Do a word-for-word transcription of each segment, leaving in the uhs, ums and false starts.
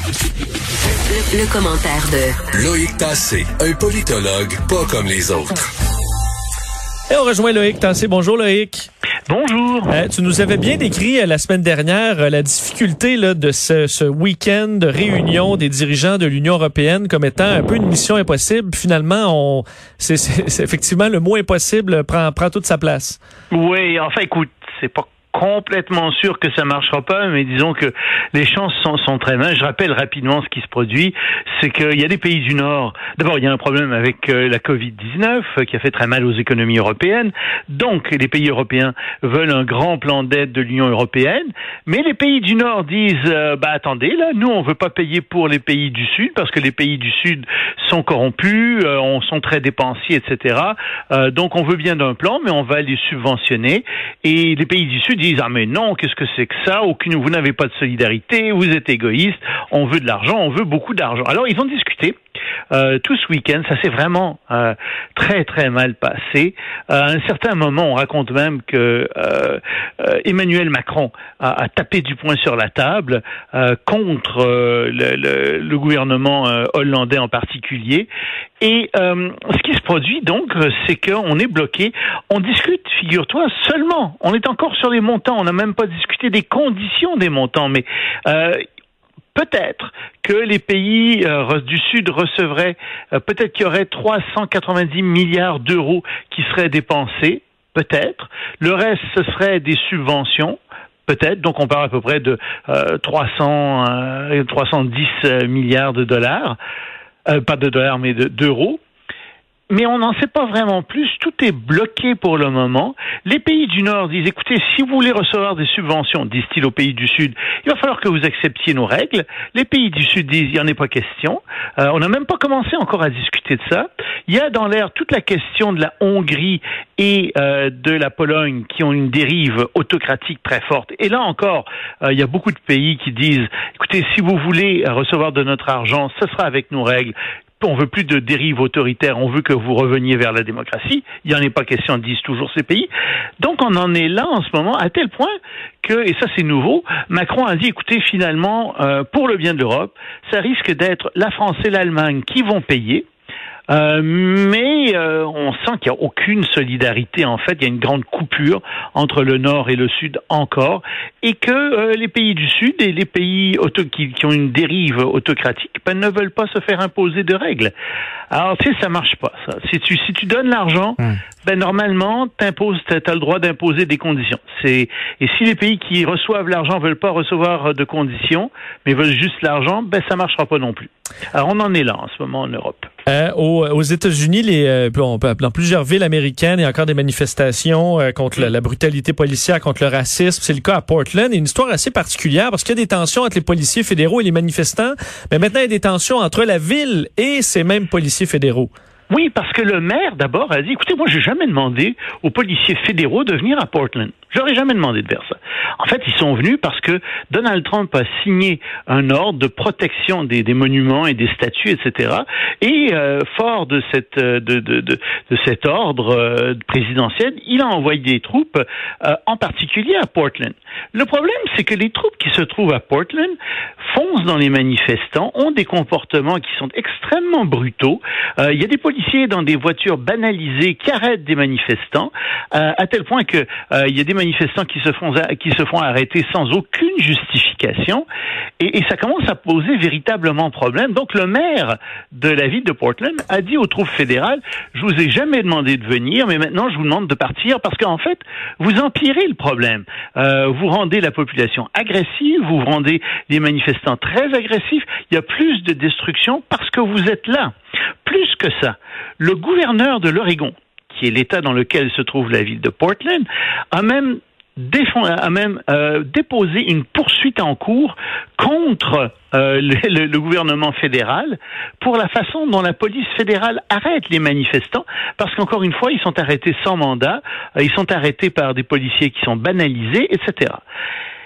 Le, le commentaire de Loïc Tassé, un politologue pas comme les autres. Et on rejoint Loïc Tassé. Bonjour Loïc. Bonjour. Euh, tu nous avais bien décrit euh, la semaine dernière euh, la difficulté là, de ce, ce week-end de réunion des dirigeants de l'Union européenne comme étant un peu une mission impossible. Finalement, on, c'est, c'est, c'est effectivement le mot impossible prend, prend toute sa place. Oui, enfin écoute, c'est pas complètement sûr que ça marchera pas, mais disons que les chances sont, sont très minces. Je rappelle rapidement ce qui se produit, c'est qu'il y a des pays du Nord. D'abord, il y a un problème avec euh, la covid dix-neuf euh, qui a fait très mal aux économies européennes. Donc, les pays européens veulent un grand plan d'aide de l'Union européenne, mais les pays du Nord disent euh, bah attendez, là, nous on veut pas payer pour les pays du Sud parce que les pays du Sud sont corrompus, euh, on sont très dépensiers, et cetera. Euh, donc, on veut bien d'un plan, mais on va les subventionner. Et les pays du Sud disent ah mais non, qu'est-ce que c'est que ça? Aucune, vous n'avez pas de solidarité, vous êtes égoïste, on veut de l'argent, on veut beaucoup d'argent. Alors ils ont discuté euh, tout ce week-end, ça s'est vraiment euh, très très mal passé. Euh, à un certain moment, on raconte même que euh, euh, Emmanuel Macron a, a tapé du poing sur la table euh, contre euh, le, le, le gouvernement euh, hollandais en particulier. Et euh, ce qui se produit donc, c'est qu'on est bloqué. On discute, figure-toi, seulement. On est encore sur les montants. On n'a même pas discuté des conditions des montants. Mais euh, peut-être que les pays euh, du Sud recevraient, euh, peut-être qu'il y aurait trois cent quatre-vingt-dix milliards d'euros qui seraient dépensés. Peut-être. Le reste, ce serait des subventions. Peut-être, donc on parle à peu près de euh, trois cents, euh, trois cent dix milliards de dollars. Euh, pas de dollars, mais de, d'euros. Mais on n'en sait pas vraiment plus. Tout est bloqué pour le moment. Les pays du Nord disent, écoutez, si vous voulez recevoir des subventions, disent-ils aux pays du Sud, il va falloir que vous acceptiez nos règles. Les pays du Sud disent, il n'y en est pas question. Euh, on n'a même pas commencé encore à discuter de ça. Il y a dans l'air toute la question de la Hongrie et euh, de la Pologne qui ont une dérive autocratique très forte. Et là encore, euh, il y a beaucoup de pays qui disent, écoutez, si vous voulez recevoir de notre argent, ce sera avec nos règles. On veut plus de dérive autoritaire, on veut que vous reveniez vers la démocratie. Il n'y en est pas question, disent toujours ces pays. Donc on en est là en ce moment, à tel point que, et ça c'est nouveau, Macron a dit, écoutez, finalement, euh, pour le bien de l'Europe, ça risque d'être la France et l'Allemagne qui vont payer. Euh, mais euh, on sent qu'il n'y a aucune solidarité. En fait, il y a une grande coupure entre le Nord et le Sud encore, et que euh, les pays du Sud et les pays auto- qui, qui ont une dérive autocratique ben, ne veulent pas se faire imposer de règles. Alors, tu sais, ça marche pas, ça. Si tu, si tu donnes l'argent, mmh. ben normalement, t'imposes, t'as, t'as le droit d'imposer des conditions. C'est, et si les pays qui reçoivent l'argent veulent pas recevoir de conditions, mais veulent juste l'argent, ben ça marchera pas non plus. Alors, on en est là en ce moment en Europe. Euh, aux, aux États-Unis, les, euh, dans plusieurs villes américaines, il y a encore des manifestations euh, contre la, la brutalité policière, contre le racisme. C'est le cas à Portland. Et une histoire assez particulière parce qu'il y a des tensions entre les policiers fédéraux et les manifestants. Mais maintenant, il y a des tensions entre la ville et ces mêmes policiers fédéraux. Oui, parce que le maire, d'abord, a dit, écoutez, moi, j'ai jamais demandé aux policiers fédéraux de venir à Portland. J'aurais jamais demandé de faire ça. En fait, ils sont venus parce que Donald Trump a signé un ordre de protection des, des monuments et des statues, et cetera. Et euh, fort de cette de de de, de cet ordre euh, présidentiel, il a envoyé des troupes, euh, en particulier à Portland. Le problème, c'est que les troupes qui se trouvent à Portland foncent dans les manifestants, ont des comportements qui sont extrêmement brutaux. Euh, il y a des policiers dans des voitures banalisées qui arrêtent des manifestants, euh, à tel point que euh, il y a des manifestants qui se font qui se font arrêter sans aucune justification, et, et ça commence à poser véritablement problème. Donc le maire de la ville de Portland a dit aux troupes fédérales, je vous ai jamais demandé de venir, mais maintenant je vous demande de partir parce qu'en fait vous empirez le problème. Euh, vous rendez la population agressive, vous rendez les manifestants très agressifs, il y a plus de destruction parce que vous êtes là. Plus que ça, le gouverneur de l'Oregon, qui est l'État dans lequel se trouve la ville de Portland, a même, défend, a même euh, déposé une poursuite en cours contre euh, le, le, le gouvernement fédéral pour la façon dont la police fédérale arrête les manifestants, parce qu'encore une fois, ils sont arrêtés sans mandat, euh, ils sont arrêtés par des policiers qui sont banalisés, et cetera.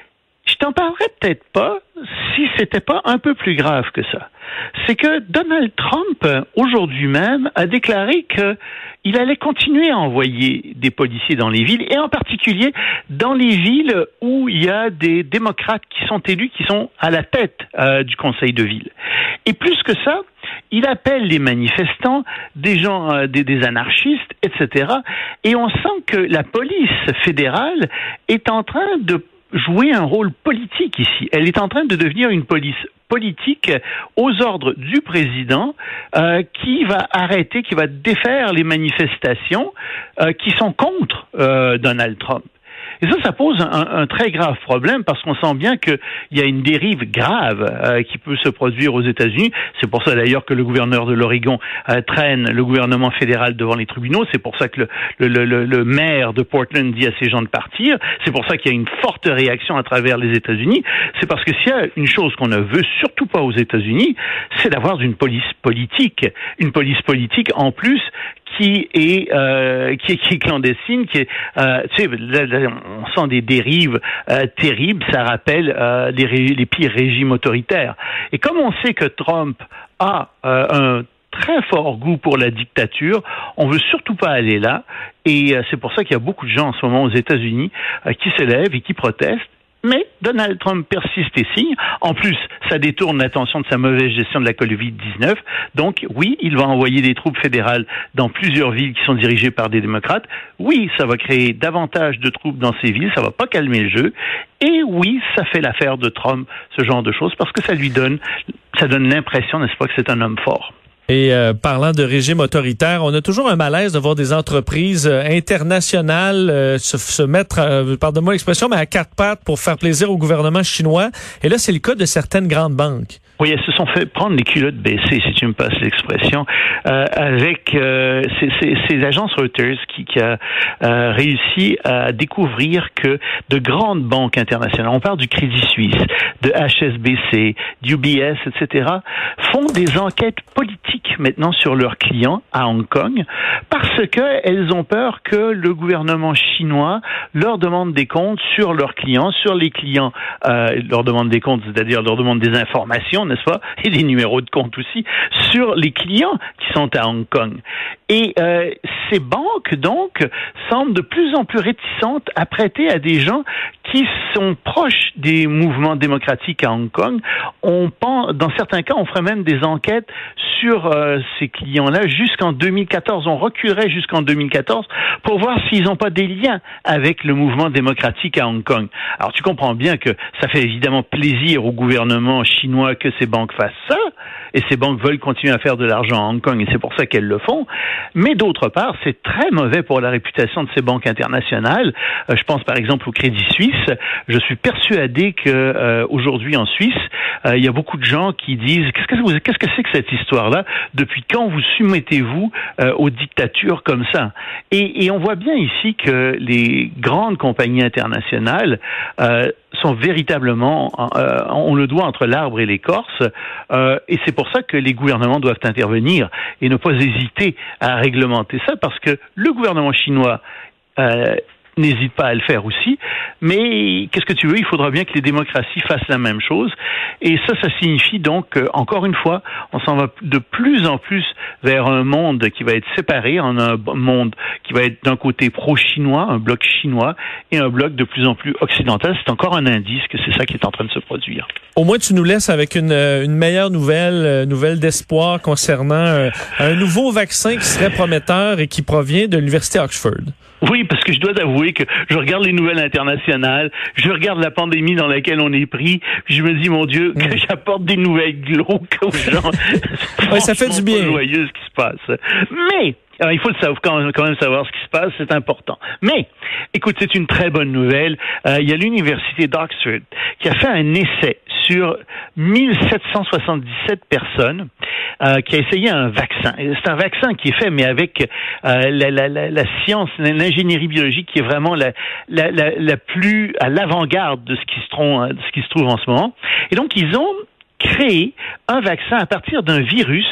je t'en parlerais peut-être pas si c'était pas un peu plus grave que ça. C'est que Donald Trump, aujourd'hui même, a déclaré que il allait continuer à envoyer des policiers dans les villes, et en particulier dans les villes où il y a des démocrates qui sont élus, qui sont à la tête euh, du conseil de ville. Et plus que ça, il appelle les manifestants, des gens, euh, des, des anarchistes, et cetera. Et on sent que la police fédérale est en train de jouer un rôle politique ici. Elle est en train de devenir une police politique aux ordres du président euh, qui va arrêter, qui va défaire les manifestations euh, qui sont contre euh, Donald Trump. Et ça, ça pose un, un très grave problème parce qu'on sent bien qu'il y a une dérive grave euh, qui peut se produire aux États-Unis. C'est pour ça d'ailleurs que le gouverneur de l'Oregon euh, traîne le gouvernement fédéral devant les tribunaux. C'est pour ça que le, le, le, le maire de Portland dit à ses gens de partir. C'est pour ça qu'il y a une forte réaction à travers les États-Unis. C'est parce que s'il y a une chose qu'on ne veut surtout pas aux États-Unis, c'est d'avoir une police politique. Une police politique en plus qui est euh, qui est qui est clandestine, qui est euh, tu sais, là, là, on sent des dérives euh, terribles. Ça rappelle euh, les, ré, les pires régimes autoritaires. Et comme on sait que Trump a euh, un très fort goût pour la dictature, on veut surtout pas aller là. Et euh, c'est pour ça qu'il y a beaucoup de gens en ce moment aux États-Unis euh, qui se lèvent et qui protestent. Mais Donald Trump persiste et signe. En plus, ça détourne l'attention de sa mauvaise gestion de la covid dix-neuf. Donc, oui, il va envoyer des troupes fédérales dans plusieurs villes qui sont dirigées par des démocrates. Oui, ça va créer davantage de troupes dans ces villes. Ça va pas calmer le jeu. Et oui, ça fait l'affaire de Trump, ce genre de choses, parce que ça lui donne, ça donne l'impression, n'est-ce pas, que c'est un homme fort. Et euh, parlant de régime autoritaire, on a toujours un malaise de voir des entreprises euh, internationales euh, se, se mettre, euh, pardonne-moi l'expression, mais à quatre pattes pour faire plaisir au gouvernement chinois. Et là, c'est le cas de certaines grandes banques. Oui, elles se sont fait prendre les culottes baissées, si tu me passes l'expression, euh, avec euh, ces, ces, ces agences Reuters qui, qui a euh, réussi à découvrir que de grandes banques internationales, on parle du Crédit Suisse, de H S B C, du U B S, et cetera, font des enquêtes politiques maintenant sur leurs clients à Hong Kong parce qu'elles ont peur que le gouvernement chinois leur demande des comptes sur leurs clients, sur les clients, euh, leur demande des comptes, c'est-à-dire leur demande des informations, n'est-ce pas, et des numéros de compte aussi, sur les clients qui sont à Hong Kong. Et euh, ces banques, donc, semblent de plus en plus réticentes à prêter à des gens qui sont proches des mouvements démocratiques à Hong Kong. On pense, dans certains cas, on ferait même des enquêtes sur euh, ces clients-là jusqu'en deux mille quatorze. On reculerait jusqu'en deux mille quatorze pour voir s'ils n'ont pas des liens avec le mouvement démocratique à Hong Kong. Alors, tu comprends bien que ça fait évidemment plaisir au gouvernement chinois que ces banques fassent ça, et ces banques veulent continuer à faire de l'argent à Hong Kong, et c'est pour ça qu'elles le font. Mais d'autre part, c'est très mauvais pour la réputation de ces banques internationales. Euh, je pense par exemple au Crédit Suisse. Je suis persuadé que euh, aujourd'hui en Suisse, euh, il y a beaucoup de gens qui disent qu'est-ce que vous, qu'est-ce que c'est que cette histoire-là? Depuis quand vous soumettez-vous euh, aux dictatures comme ça? Et, et on voit bien ici que les grandes compagnies internationales euh, sont véritablement, euh, on le doit entre l'arbre et l'écorce, euh, et c'est pour ça que les gouvernements doivent intervenir et ne pas hésiter à réglementer ça, parce que le gouvernement chinois euh, n'hésite pas à le faire aussi, mais qu'est-ce que tu veux, il faudra bien que les démocraties fassent la même chose, et ça, ça signifie donc, euh, encore une fois, on s'en va de plus en plus vers un monde qui va être séparé, en un monde qui va être d'un côté pro-chinois, un bloc chinois, et un bloc de plus en plus occidental. C'est encore un indice que c'est ça qui est en train de se produire. Au moins, tu nous laisses avec une, une meilleure nouvelle, nouvelle d'espoir concernant un, un nouveau vaccin qui serait prometteur et qui provient de l'Université Oxford. Oui, parce que je dois avouer que je regarde les nouvelles internationales, je regarde la pandémie dans laquelle on est pris, puis je me dis, mon Dieu, que j'apporte des nouvelles glauques aux gens. Ouais, ça fait du bien. C'est pas joyeux ce qui se passe. Mais, alors, il faut le savoir, quand même savoir ce qui se passe, c'est important. Mais, écoute, c'est une très bonne nouvelle. Euh, il y a l'Université d'Oxford qui a fait un essai sur mille sept cent soixante-dix-sept personnes euh, qui a essayé un vaccin. C'est un vaccin qui est fait, mais avec euh, la, la, la, la science, l'ingénierie biologique qui est vraiment la, la, la, la plus à l'avant-garde de ce qui se trouve, de ce qui se trouve en ce moment. Et donc, ils ont créé un vaccin à partir d'un virus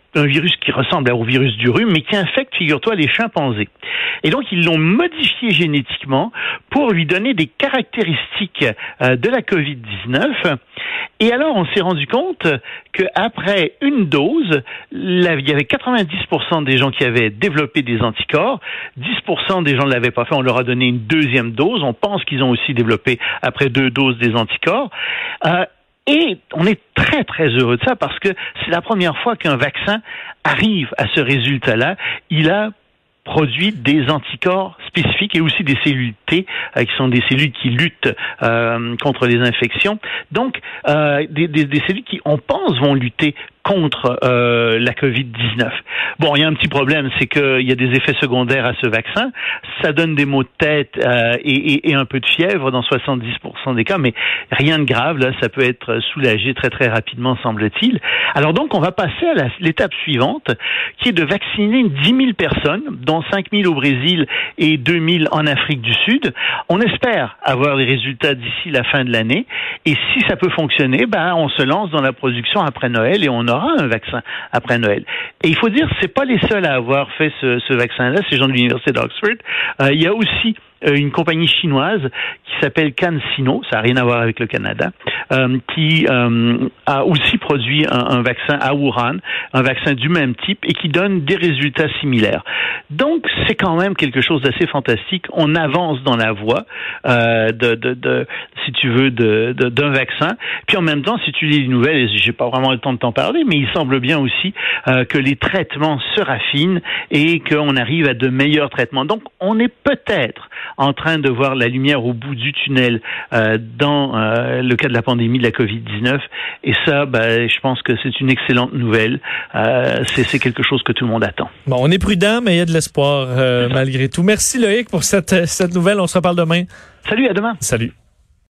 un virus qui ressemble au virus du rhume, mais qui infecte, figure-toi, les chimpanzés. Et donc, ils l'ont modifié génétiquement pour lui donner des caractéristiques euh, de la covid dix-neuf. Et alors, on s'est rendu compte qu'après une dose, là, il y avait quatre-vingt-dix pour cent des gens qui avaient développé des anticorps, dix pour cent des gens ne l'avaient pas fait, on leur a donné une deuxième dose, on pense qu'ils ont aussi développé, après deux doses, des anticorps. Euh, Et on est très, très heureux de ça parce que c'est la première fois qu'un vaccin arrive à ce résultat-là. Il a produit des anticorps spécifiques et aussi des cellules T, euh, qui sont des cellules qui luttent euh, contre les infections. Donc, euh, des, des, des cellules qui, on pense, vont lutter contre euh, la covid dix-neuf. Bon, il y a un petit problème, c'est qu'il y a des effets secondaires à ce vaccin. Ça donne des maux de tête euh, et, et, et un peu de fièvre dans soixante-dix pour cent des cas, mais rien de grave. Là, ça peut être soulagé très très rapidement, semble-t-il. Alors donc, on va passer à la, l'étape suivante, qui est de vacciner dix mille personnes, dont cinq mille au Brésil et deux mille en Afrique du Sud. On espère avoir les résultats d'ici la fin de l'année. Et si ça peut fonctionner, ben on se lance dans la production après Noël et on aura un vaccin après Noël. Et il faut dire, c'est pas les seuls à avoir fait ce, ce vaccin-là, ces gens de l'université d'Oxford. Euh, il y a aussi euh, une compagnie chinoise qui s'appelle CanSino, ça n'a rien à voir avec le Canada, euh, qui euh, a aussi produit un, un vaccin à Wuhan, un vaccin du même type et qui donne des résultats similaires. Donc, c'est quand même quelque chose d'assez fantastique. On avance dans la voie euh, de, de, de, si tu veux, de, de, d'un vaccin. Puis en même temps, si tu lis les nouvelles, et j'ai pas vraiment le temps de t'en parler, mais il semble bien aussi euh, que les traitements se raffinent et qu'on arrive à de meilleurs traitements. Donc, on est peut-être en train de voir la lumière au bout du tunnel euh, dans euh, le cas de la pandémie de la covid dix-neuf. Et ça, ben, je pense que c'est une excellente nouvelle. Euh, c'est, c'est quelque chose que tout le monde attend. Bon, on est prudent, mais il y a de l'espoir euh, malgré tout. Merci Loïc pour cette, cette nouvelle. On se reparle demain. Salut, à demain. Salut.